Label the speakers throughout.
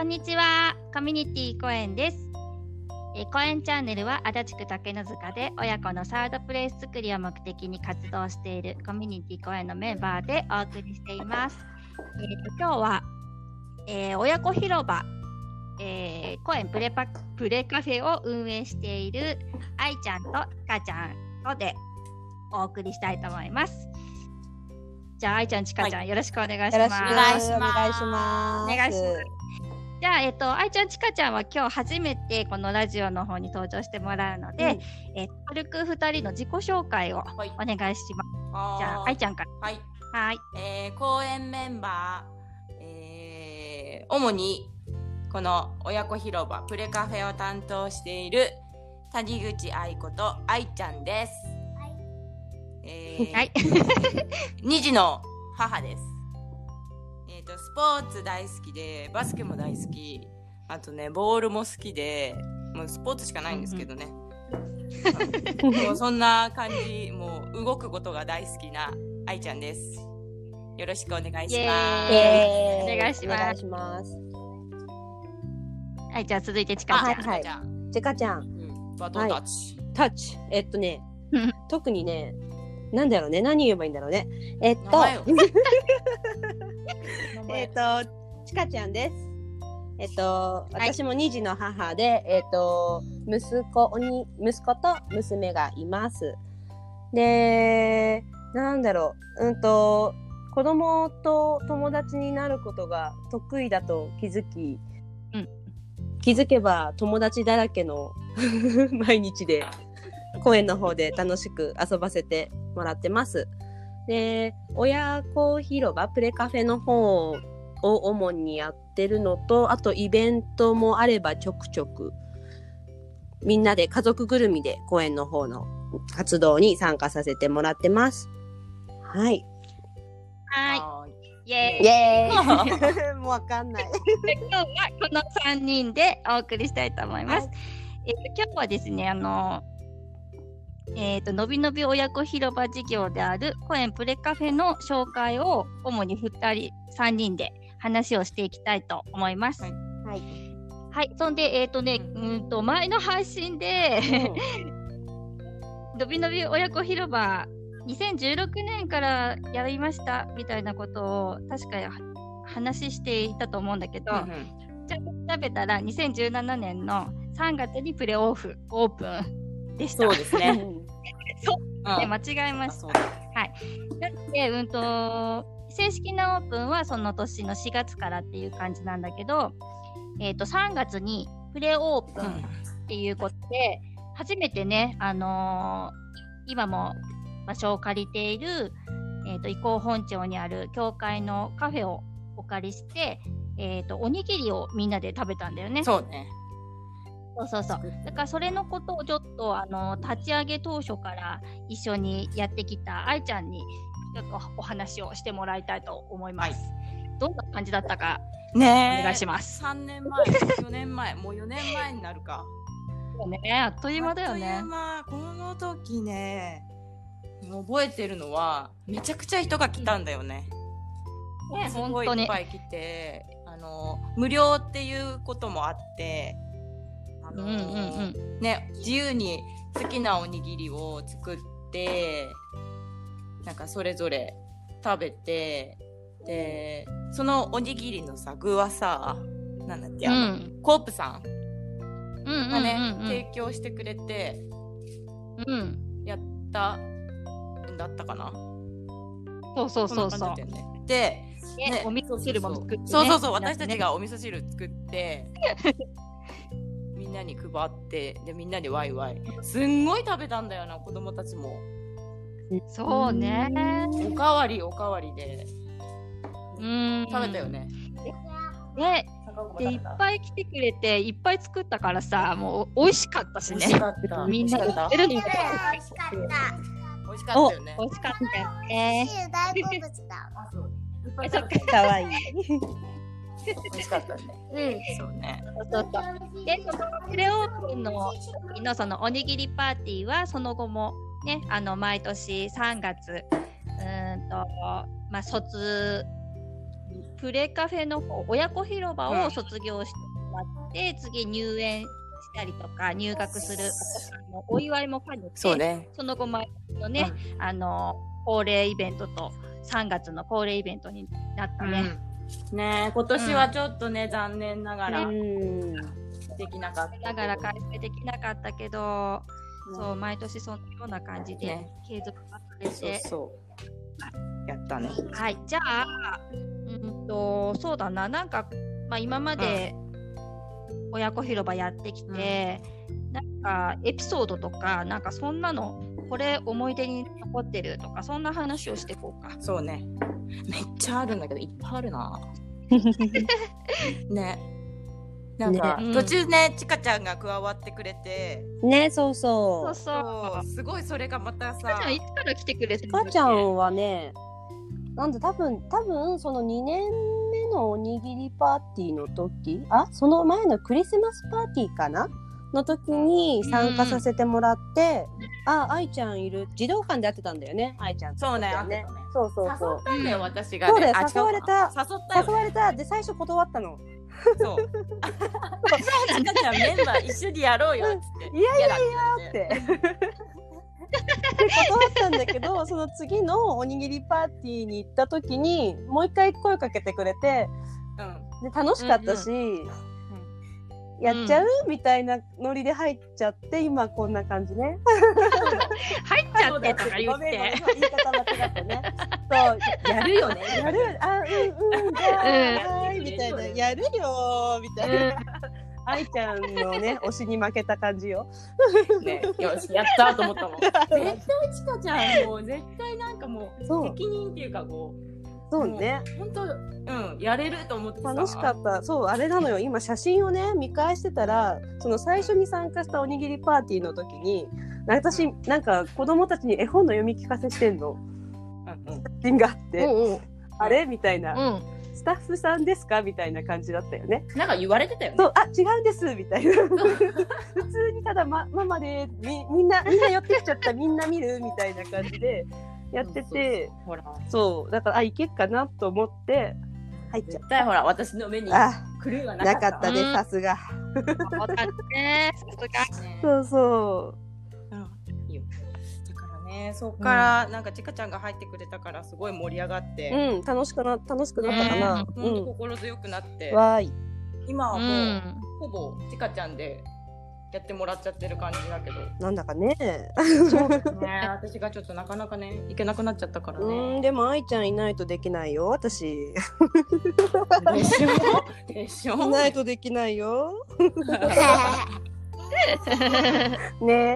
Speaker 1: んにちは。コミュニティ公園です。公園チャンネルは足立区竹の塚で親子のサードプレイス作りを目的に活動しているコミュニティ公園のメンバーでお送りしています。今日は、親子広場、公園プレカフェを運営している愛ちゃんとちかちゃんとでお送りしたいと思います。じゃあ愛ちゃん、ちかちゃん、よろしくお願いします。
Speaker 2: よろしくお願いします。
Speaker 1: お願いします。じゃあ、愛ちゃん、ちかちゃんは今日初めてこのラジオの方に登場してもらうので、軽く2人の自己紹介をお願いします。じゃあ愛ちゃんから。
Speaker 2: はい。
Speaker 1: はい。
Speaker 2: 公園メンバー、主にこの親子広場プレカフェを担当している谷口愛子と愛ちゃんです。
Speaker 1: はい。
Speaker 2: 2児の母です。スポーツ大好きでバスケも大好き、あとねボールも好きで、もうスポーツしかないんですけどね、もうそんな感じ、もう動くことが大好きな愛ちゃんです。よろしくお願いします。
Speaker 1: お願いします。はい、じゃあ続いてちかちゃん。
Speaker 3: はい、ちかちゃん、
Speaker 2: バトンタッチ、
Speaker 3: タッチ。特にね、なんだろうね、何言えばいいんだろうね。ちかちゃんです。私も2児の母で、息子と娘がいます。で、なんだろう、子供と友達になることが得意だと気づけば友達だらけの毎日で、公園の方で楽しく遊ばせてもらってます。で、親子広場プレカフェの方を主にやってるのと、あとイベントもあればちょくちょくみんなで家族ぐるみで公園の方の活動に参加させてもらってます。はい。
Speaker 1: はい。イエ
Speaker 3: ーイ。もうわかんない。
Speaker 1: 今日はこの3人でお送りしたいと思います。今日はですね、のびのび親子広場事業である公園プレカフェの紹介を主に3人で話をしていきたいと思います。はい。そんで、前の配信で、のびのび親子広場2016年からやりましたみたいなことを確か話していたと思うんだけど、じゃあ調べたら2017年の3月にプレオープンでした。
Speaker 2: そうですね。
Speaker 1: そうで間違えました。はい。なので、正式なオープンはその年の4月からっていう感じなんだけど、3月にプレオープンっていうことで、初めてね、今も場所を借りている、伊香本町にある教会のカフェをお借りして、おにぎりをみんなで食べたんだよね。
Speaker 2: そうね。
Speaker 1: そう。だからそれのことをちょっと立ち上げ当初から一緒にやってきた愛ちゃんにちょっとお話をしてもらいたいと思います。どんな感じだったかお願いします。
Speaker 2: 3年前、4年前、もう4年前になるか。
Speaker 1: そうね、あっという間だよね。
Speaker 2: この時ね、覚えてるのはめちゃくちゃ人が来たんだよね。すごいいっぱい来て、無料っていうこともあって。自由に好きなおにぎりを作って、なんかそれぞれ食べて、でそのおにぎりのさ具はさ、なんだっけ、コープさんがね、提供してくれて、やったんだったかな。
Speaker 1: そう。
Speaker 2: で、
Speaker 1: お味噌汁も作って、ね、
Speaker 2: そう私たちがお味噌汁作ってみんなに配って、でみんなでワイワイすんごい食べたんだよな、子供たちも。
Speaker 1: そうね、
Speaker 2: おかわりで食べたよね。
Speaker 1: でいっぱい来てくれて、いっぱい作ったからさ、もう美味しかったしね。みんなで食べるのが
Speaker 2: 美味しかったよね。
Speaker 1: 美味しかったよね。
Speaker 4: 大好物だ。
Speaker 3: かわいい。
Speaker 2: 美味しかったね。そうね。
Speaker 1: で、そのプレオープンの時のそのおにぎりパーティーはその後もね、毎年3月、卒プレカフェの方、親子広場を卒業してもらって、次入園したりとか入学するお子さんのお祝いも兼ねて、
Speaker 2: そうね。
Speaker 1: その後毎年のね、恒例イベントと3月の恒例イベントになったね。
Speaker 2: ね、今年はちょっとね、残念ながらできなかった。
Speaker 1: だから開催できなかったけど、そう毎年そのような感じで継続されて、
Speaker 2: そうやったね。
Speaker 1: はい、じゃあそうだな、なんか、今まで親子広場やってきて、なんかエピソードとか、なんかそんなのこれ思い出に残ってるとか、そんな話をしていこうか。
Speaker 2: そうね、めっちゃあるんだけど、いっぱいあるなね、なんか、途中ね、ちかちゃんが加わってくれて
Speaker 3: ね、そうそう。
Speaker 2: すごい、それがまたさ、
Speaker 1: ちかちゃんいつから来てくれてる
Speaker 3: んだっけ？ちかちゃんはね、なんで多分その2年目のおにぎりパーティーの時、その前のクリスマスパーティーかなの時に参加させてもらって、愛ちゃんいる、児童館で会ってたんだよね、愛ちゃん。
Speaker 2: そうね、
Speaker 3: そう誘
Speaker 2: ったんだよ、私が
Speaker 3: ね。そうだよ、誘われた。で、最初断ったの。
Speaker 2: そう。ちかちゃんメンバー一緒にやろうよっつって。
Speaker 3: いやって。断ったんだけど、その次のおにぎりパーティーに行った時にもう一回声かけてくれて、で楽しかったし、やっちゃう、みたいなノリで入っちゃって、今こんな感じね。
Speaker 1: 入っちゃってとか言って、
Speaker 3: 言い方間違ったね。そうやるよね、やる、はいみたいな、やるよみたいな。愛ちゃんのね、推しに負けた感じよ。
Speaker 2: ね、よし、やったと思ったもん。絶対ちかちゃんもう絶対なんかもう責任っていうかこう。
Speaker 3: そうね。
Speaker 2: 本当、やれると思ってさ。
Speaker 3: 楽しかった。そう、あれなのよ。今写真をね見返してたら、その最初に参加したおにぎりパーティーの時に、私なんか子供たちに絵本の読み聞かせしてんの。写真があって、あれみたいな。スタッフさんですかみたいな感じだったよね。
Speaker 2: なんか言われてたよね。
Speaker 3: そう、違うんですみたいな。普通にただママでみんな寄ってきちゃった、みんな見るみたいな感じでやってて、
Speaker 2: ほら、
Speaker 3: そうだからいけっかなと思って入っちゃった。
Speaker 2: 絶対ほら、私の目にクルーが
Speaker 3: なかったね、さすが。そうそう。
Speaker 2: いいよ。そっからなんかちかちゃんが入ってくれたからすごい盛り上がって、
Speaker 3: 楽しくなったかな。
Speaker 2: 本当心強くなって、今はもうほぼちかちゃんでやってもらっちゃってる感じだけど、
Speaker 3: なんだかね。
Speaker 2: そうですね。私がちょっとなかなかね行けなくなっちゃったからね。
Speaker 3: でも愛ちゃんいないとできないよ、私。
Speaker 2: でしょ。
Speaker 3: いないとできないよ。ね。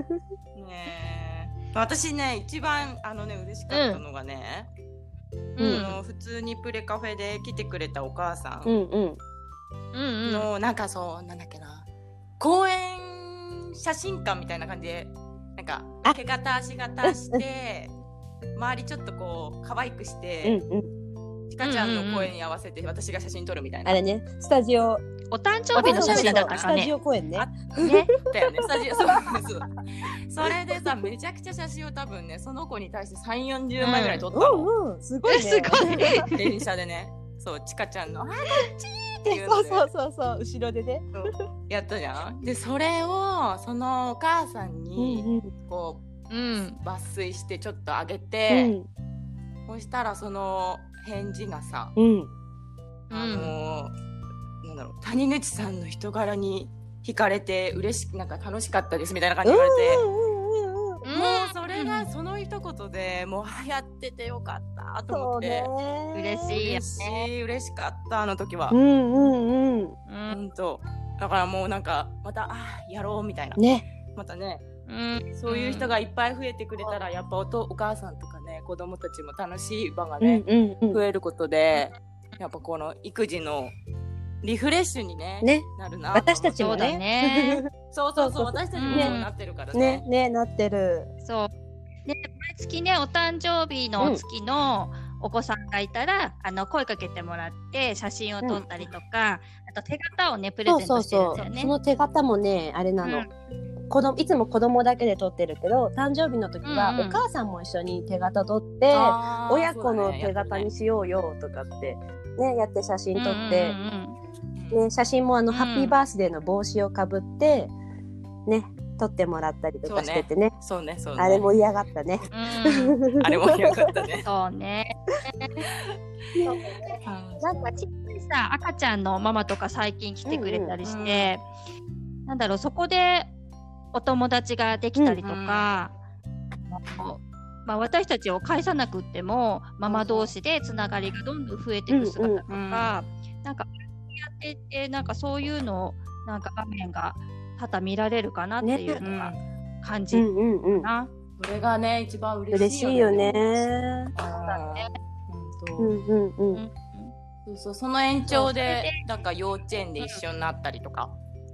Speaker 2: 私ね、一番嬉しかったのがね、普通にプレカフェで来てくれたお母さんのなんかそうなんだっけな、公園写真館みたいな感じで、なんか手形足形して周りちょっとこう可愛くして、ちかちゃんの声に合わせて私が写真撮るみたいな。
Speaker 3: あれね、スタジオ。
Speaker 1: お誕生日の写真だったかね。
Speaker 3: スタジオ公演ね。
Speaker 2: ね。だよね。スタジオ。そう。それでさ、めちゃくちゃ写真を多分ね、その子に対して3、40枚ぐらい撮ったの。
Speaker 3: すごいね。
Speaker 1: すごい。
Speaker 2: 電車でね。そう、ちかちゃんの、こっちっていう
Speaker 3: ので。そう、後ろでね。
Speaker 2: やったじゃん。で、それを、そのお母さんに、こう、抜粋してちょっとあげて、そしたらその返事がさ、なんだろう、谷口さんの人柄に惹かれてなんか楽しかったですみたいな感じで言われて、もうそれがその一言でもうやっててよかったと思って、
Speaker 1: 嬉しい、
Speaker 2: 嬉しかったあの時は。本当だからもうなんかまたやろうみたいなね、またね、そういう人がいっぱい増えてくれたらやっぱお母さんとかね、子供たちも楽しい場がね、増えることで、やっぱこの育児のリフレッシュにねなるな。
Speaker 3: 私たちもね。
Speaker 2: そう私たちもそうなってるからね。
Speaker 3: ね、なってる。
Speaker 1: そう。で、毎月ね、お誕生日の月のお子さんがいたら、声かけてもらって写真を撮ったりとか、あと手形をねプレゼントしてるんだよね。
Speaker 3: その手形もね、あれなの。 いつも子供だけで撮ってるけど、誕生日の時はお母さんも一緒に手形撮って、親子の手形にしようよとかってね、やって写真撮って、ね、写真もハッピーバースデーの帽子をかぶってね、撮ってもらったりとかしててね。
Speaker 2: そうね。
Speaker 3: あれ盛り上がったね。
Speaker 2: あれ盛り上がったね。
Speaker 1: そうね。なんかちっちゃいさ、赤ちゃんのママとか最近来てくれたりして、なんだろう、そこでお友達ができたりとか、まあ、私たちを返さなくってもママ同士でつながりがどんどん増えていく姿とか、なんかやってて、なんかそういうのをなんか場面が多々見られるかなっていうのが感じるな。
Speaker 2: それがね、一番
Speaker 3: 嬉しいよね。
Speaker 2: そう、その延長でなんか幼稚園で一緒になったりとか、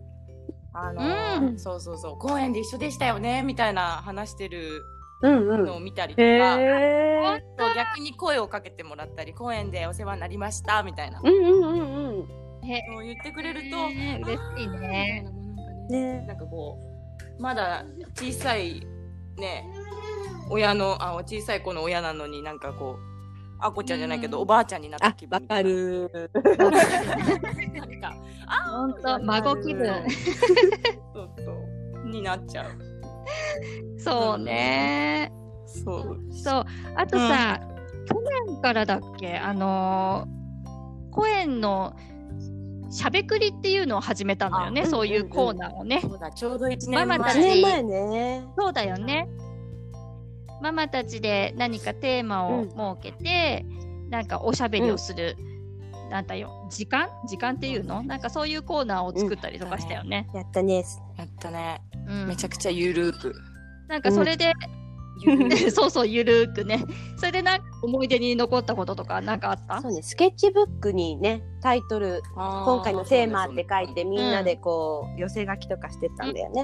Speaker 2: そう公園で一緒でしたよねみたいな話してるのを見たりとか、逆に声をかけてもらったり、公園でお世話になりましたみたいな言ってくれると
Speaker 1: 嬉しいね。
Speaker 2: なんかこうまだ小さいね、親の小さい子の親なのに、なんかこうあこちゃんじゃないけど、おばあちゃんになった気分みたいな。わかる。なんか
Speaker 1: 本当孫気分
Speaker 2: そうになっちゃう。
Speaker 1: そうね。そうあとさ、去年からだっけ、公園のしゃべくりっていうのを始めたのよね。そういうコーナーをね。
Speaker 2: そうだ、ちょうど1年前。
Speaker 1: ママたち、
Speaker 3: 1年前ね。
Speaker 1: そうだよね。ママたちで何かテーマを設けて、なんかおしゃべりをする、なんだよ、時間っていうの、なんかそういうコーナーを作ったりとかしたよね。
Speaker 3: やったね。
Speaker 2: めちゃくちゃゆるく。
Speaker 1: なんかそれで、そうゆるくね。それでなんか思い出に残ったこととかなんかあった？
Speaker 3: そうね、スケッチブックにね、タイトル、今回のテーマって書いて、みんなでこう寄せ書きとかしてたんだよね。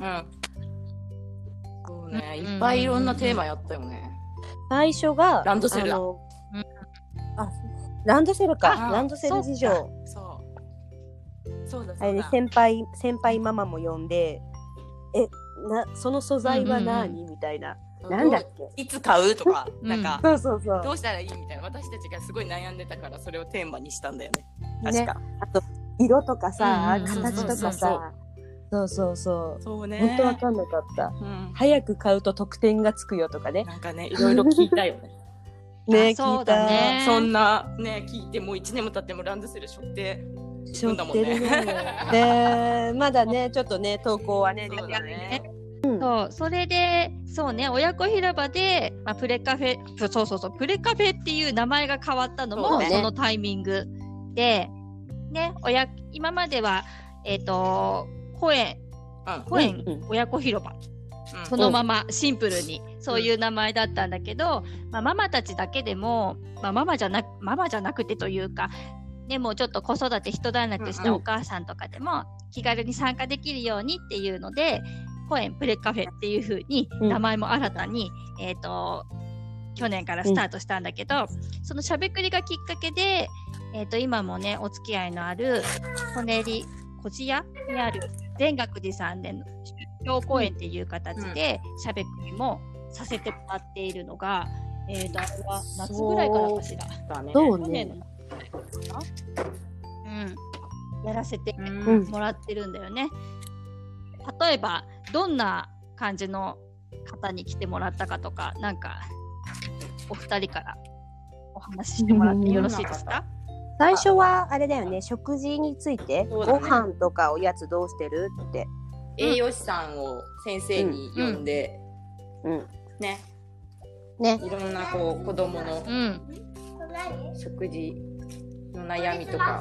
Speaker 2: そうね、いっぱいいろんなテーマやったよね。
Speaker 3: 最初が
Speaker 2: ランドセルだ。
Speaker 3: ランドセルか。ランドセル事情。そうだ。あれね、先輩ママも呼んで、その素材は何みたいな。なんだっけ、
Speaker 2: いつ買うとか、なんか
Speaker 3: そう
Speaker 2: どうしたらいいみたいな、私たちがすごい悩んでたから、それをテーマにしたんだよね。確か。
Speaker 3: あと色とかさ、形とかさ、そうね。本当わかんなかった。早く買うと得点がつくよとかね。
Speaker 2: なんかね、いろいろ聞いたよね。
Speaker 1: 聞いたね。
Speaker 2: そんなね、聞いてもう1年も経ってもランドセル背負ってるんだもんね。
Speaker 3: まだね、ちょっとね、投稿はね、できないね。
Speaker 1: それで、そうね、親子広場で、プレカフェ、プレカフェっていう名前が変わったのも、そのタイミングで、ね、今までは、公園、親子広場、そのままシンプルにそういう名前だったんだけど、ママたちだけでも、ママじゃなくてというか、ね、もうちょっと子育て一段落したお母さんとかでも気軽に参加できるようにっていうので、公園プレカフェっていう風に名前も新たに、去年からスタートしたんだけど、そのしゃべくりがきっかけで、今もねお付き合いのある小千谷にある善覚寺さんでの出張公演っていう形でしゃべくりもさせてもらっているのが、あれは夏ぐらいからかしら。
Speaker 3: そうね。
Speaker 1: やらせてもらってるんだよね。例えばどんな感じの方に来てもらったかとか、なんかお二人からお話ししてもらってよろしいですか？
Speaker 3: 最初はあれだよね、食事について、ご飯とかおやつどうしてるって
Speaker 2: 栄養士さんを先生に呼んで、ね、いろんなこう子供の食事の悩みとか、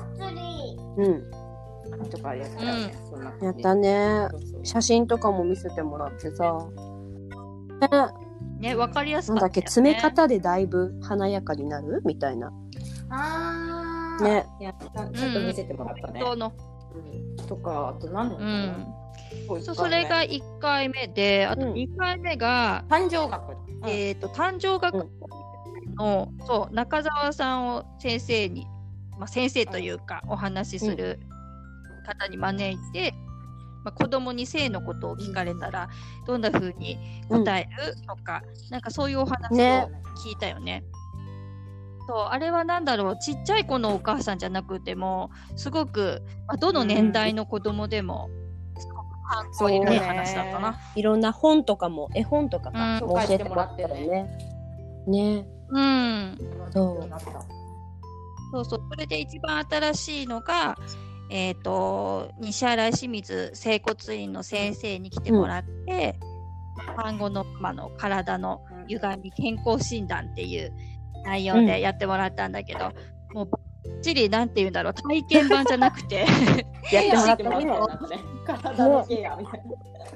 Speaker 2: とかやったよね。
Speaker 3: やったね。写真とかも見せてもらってさ。
Speaker 1: ね、わかりやすかったよね。
Speaker 3: なんだっけ、詰め方でだいぶ華やかになるみたいな。ね、
Speaker 2: ちょっと見せてもらったね。とか、あと何だろう。
Speaker 1: それが1回目で、あと2回目が
Speaker 2: 誕生学。
Speaker 1: 誕生学の中澤さんを先生に、先生というかお話しする方に招いて、 子供に性のことを聞かれたらどんな風に答えるとか、なんかそういうお話を
Speaker 3: ね
Speaker 1: 聞いたよね。そうあれはなんだろう、ちっちゃい子のお母さんじゃなくてもすごく、どの年代の子供でもすごく参考になる話だったな。
Speaker 3: いろんな本とかも絵本とかか、
Speaker 2: うん
Speaker 3: 教えてもらったよね。ね。
Speaker 1: うん
Speaker 3: そう
Speaker 1: そうそう、それで一番新しいのが、西新井清水整骨院の先生に来てもらって、産後のママの体の歪み健康診断っていう内容でやってもらったんだけど、もうばっちりなんて言うんだろう、体験版じゃなくて
Speaker 3: やってもらったね。
Speaker 2: 体のケアみたいな。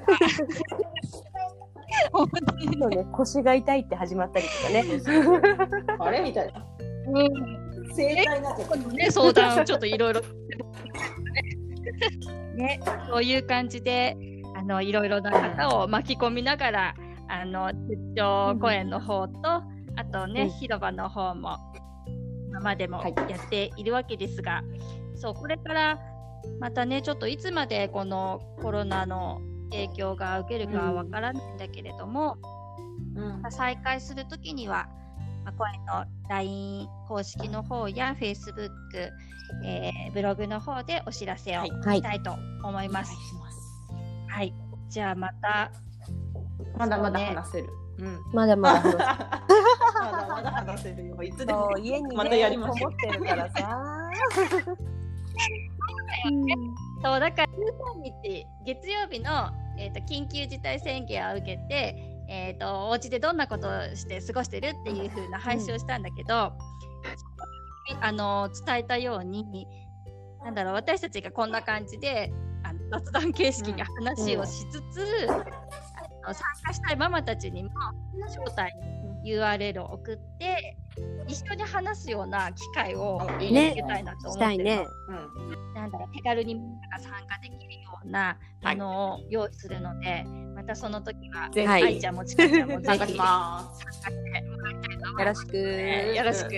Speaker 1: 本当に
Speaker 3: そうね、腰が痛いって始まったりとかね。
Speaker 2: あれみたいな。整体になっちゃった。
Speaker 1: ね、相談をちょっといろいろね、そういう感じでいろいろな方を巻き込みながら出張公演の方と、あとね、広場の方も今までもやっているわけですが、そうこれからまたね、ちょっといつまでこのコロナの影響が受けるかはわからないんだけれども、再開するときには、公演の LINE 公式の方や Facebook、ブログの方でお知らせをしたいと思います。はい、じゃあまた
Speaker 2: まだまだ話せる。
Speaker 3: まだまだ話
Speaker 2: まだまだ話せるよ。いつでも
Speaker 3: 家にね、
Speaker 2: またやりましょう
Speaker 3: こもってるからさ。
Speaker 1: そうだから13日月曜日の、緊急事態宣言を受けて、お家でどんなことをして過ごしてるっていう風な配信をしたんだけど、伝えたように、なんだろう、私たちがこんな感じで雑談形式に話をしつつ、参加したいママたちにも招待 URL を送って一緒に話すような機会を設けたいなと思ってるの。
Speaker 3: したいね。
Speaker 1: なんだろう、手軽にみんなが参加できるようなものを用意するので、またその時は
Speaker 2: ぜひ
Speaker 1: 愛ちゃんもちかちゃんもぜ
Speaker 2: 参加
Speaker 1: ひ
Speaker 2: しま
Speaker 1: 参加してもらいたいと思い
Speaker 3: よろ
Speaker 1: ます。
Speaker 3: しく。
Speaker 1: よろし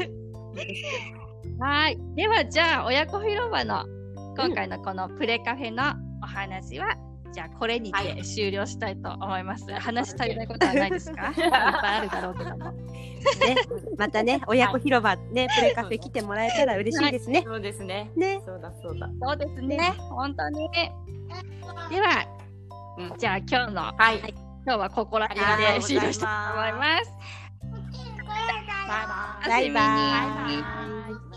Speaker 1: く。はい。ではじゃあ親子広場の今回のこのプレカフェのお話は、じゃあこれにて終了したいと思います。話し足りないことはないですか？いっぱいあるだろうけども。
Speaker 3: ね、またね、親子広場ね、プレカフェ来てもらえたら嬉しいですね。
Speaker 2: そうですね。
Speaker 3: ね。
Speaker 2: そうだそうだ。
Speaker 1: そうですね。本当に。では、じゃあ今日の、
Speaker 2: はい。
Speaker 1: 今日はここら辺で終了したいと思います。
Speaker 2: バイバイ。
Speaker 3: バイバイ。
Speaker 1: おやすみに。